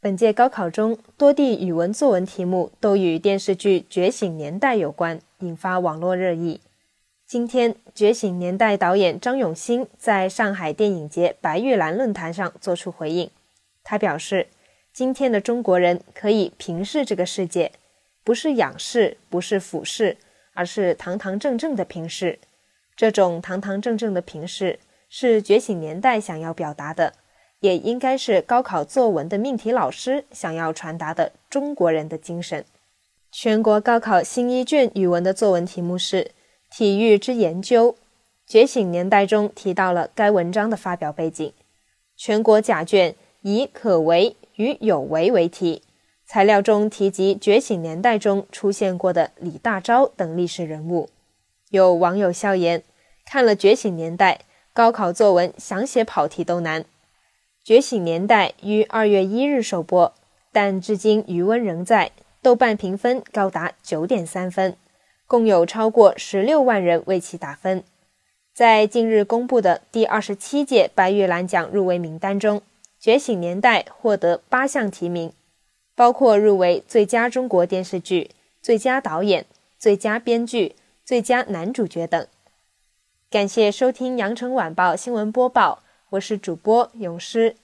本届高考中，多地语文作文题目都与电视剧《觉醒年代》有关，引发网络热议。今天，《觉醒年代》导演张永新在上海电影节白玉兰论坛上作出回应。他表示，今天的中国人可以平视这个世界，不是仰视，不是俯视，而是堂堂正正的平视。这种堂堂正正的平视，是《觉醒年代》想要表达的，也应该是高考作文的命题老师想要传达的中国人的精神。全国高考新一卷语文的作文题目是体育之研究，觉醒年代中提到了该文章的发表背景。全国甲卷以可为与有为为题，材料中提及觉醒年代中出现过的李大钊等历史人物。有网友笑言，看了觉醒年代，高考作文想写跑题都难。觉醒年代于2月1日首播，但至今余温仍在，豆瓣评分高达 9.3 分，共有超过16万人为其打分。在近日公布的第27届白玉兰奖入围名单中，觉醒年代获得8项提名，包括入围最佳中国电视剧、最佳导演、最佳编剧、最佳男主角等。感谢收听羊城晚报新闻播报，我是主播永诗。